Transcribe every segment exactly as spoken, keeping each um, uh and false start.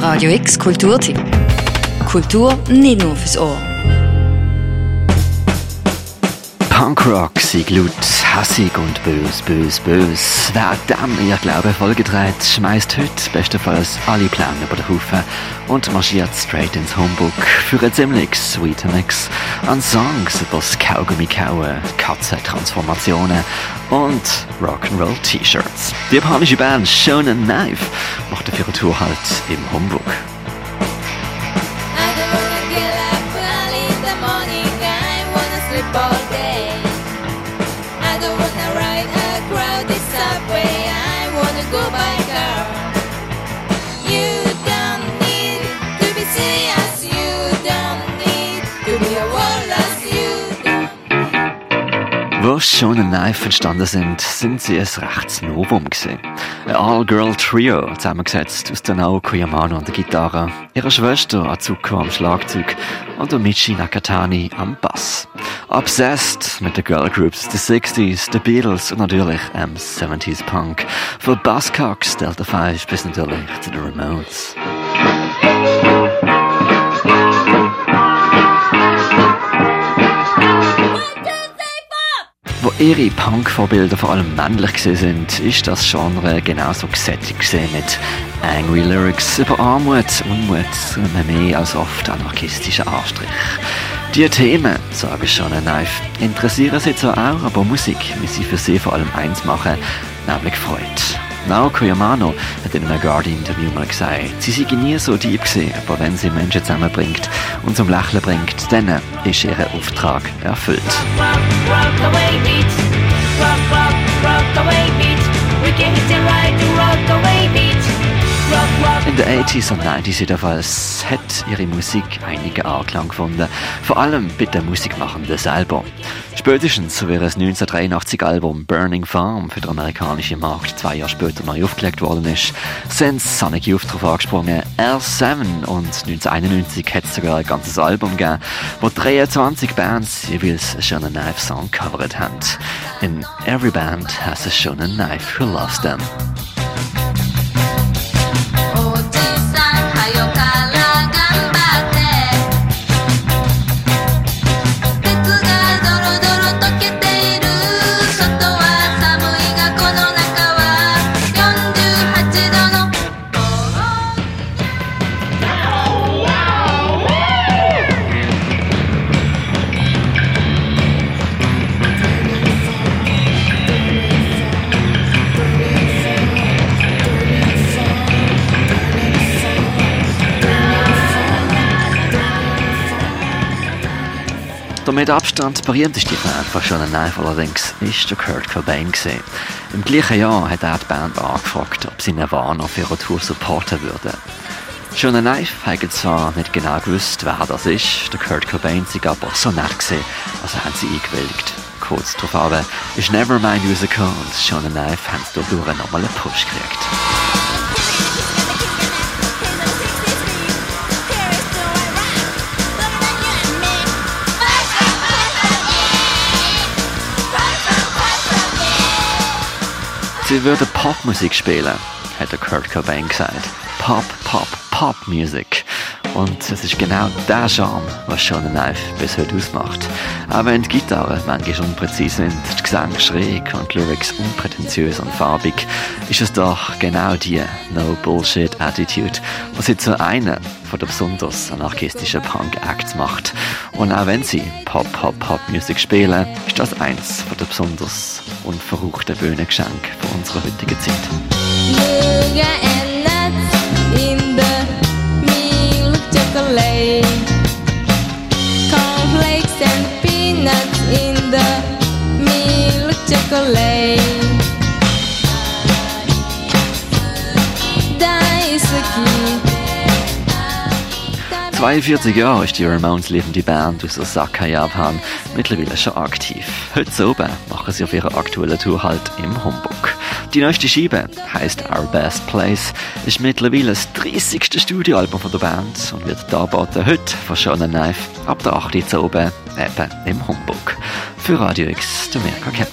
Radio X Kulturtipp. Kultur nicht nur fürs Ohr. Punkrock sei laut, hassig und bös, bös, bös. Wer dem ihr Glaube Folge trägt, schmeißt heute bestenfalls alle Pläne über den Haufen und marschiert straight ins Humbug für einen ziemlich sweeten Mix an Songs über das Kaugummi-Kauen, Katzentransformationen und Rock'n'Roll-T-Shirts. Die japanische Band Shonen Knife macht dafür eine Tour halt im Humbug. Wo Shonen Knife entstanden sind, sind sie ein rechtes Novum gewesen. Ein All-Girl-Trio, zusammengesetzt aus der Naoko Yamano an der Gitarre, ihrer Schwester Atsuko am Schlagzeug und der Michi Nakatani am Bass. Obsessed mit den Girlgroups der sixties, der Beatles und natürlich ähm, seventies Punk. Von Buzzcocks, Delta fünf bis natürlich zu den Ramones. Wo ihre Punk-Vorbilder vor allem männlich sind, ist das Genre genauso gesättigt mit angry Lyrics über Armut, Unmut und mehr als oft anarchistischen Anstrich. Die Themen, sagen Shonen Knife, interessieren sie zwar auch, aber Musik will sie für sie vor allem eins machen, nämlich Freude. Naoko Yamano hat in einem Guardian-Interview mal gesagt, sie sei nie so deep gewesen, aber wenn sie Menschen zusammenbringt und zum Lächeln bringt, dann ist ihr Auftrag erfüllt. In den achtziger und neunziger jedenfalls hat ihre Musik einige Anklang gefunden, vor allem bei den Musikmachenden selber. Spätestens, so wie das neunzehnhundertdreiundachtzig-Album Burning Farm für den amerikanischen Markt zwei Jahre später neu aufgelegt worden ist, sind Sonic Youth darauf angesprungen, L sieben, und neunzehnhunderteinundneunzig hat es sogar ein ganzes Album gegeben, wo dreiundzwanzig Bands jeweils einen Shonen Knife Song covered haben. In every band has a Shonen Knife who loves them. Der mit Abstand berühmteste Fan von Shonen Knife allerdings ist der Kurt Cobain gewesen. Im gleichen Jahr hat er die Band angefragt, ob sie Nirvana für ihre Tour supporten würden. Shonen Knife haben zwar nicht genau gewusst, wer das ist, der Kurt Cobain sei aber so nett gewesen, also haben sie eingewilligt. Kurz darauf aber ist Nevermind rausgekommen und Shonen Knife haben dadurch nochmal einen Push gekriegt. Sie würden Popmusik spielen, hat der Kurt Cobain gesagt. Pop, Pop, Pop-Music. Und es ist genau der Charme, was Shonen Knife bis heute ausmacht. Auch wenn die Gitarren manchmal unpräzise sind, die Gesänge schräg und die Lyrics unprätentiös und farbig, ist es doch genau die No-Bullshit-Attitude, was sie zu einer von der besonders anarchistischen Punk-Acts macht. Und auch wenn sie Pop-Pop-Pop-Musik spielen, ist das eins von der besonders unverruchten Bühnengeschenke von unserer heutigen Zeit. Cornflakes and peanuts in the milk chocolate. zweiundvierzig Jahre ist die Ramones lebende Band aus Osaka, Japan, mittlerweile schon aktiv. Heute oben machen sie auf ihrer aktuellen Tour halt im Humbug. Die neueste Scheibe heisst Our Best Place, ist mittlerweile das dreißigste Studioalbum von der Band und wird darboten heute von Shonen Knife ab der achten oben eben im Humbug. Für Radio X, der Mirka Kempf.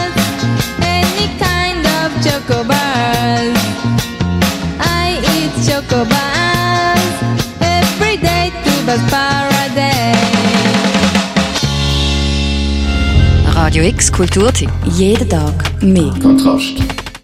Any kind of chocobars. I eat choco bars. Every day to Buzz Paradise. Radio X Kulturtipp. Jeden Tag mehr. Kontrast.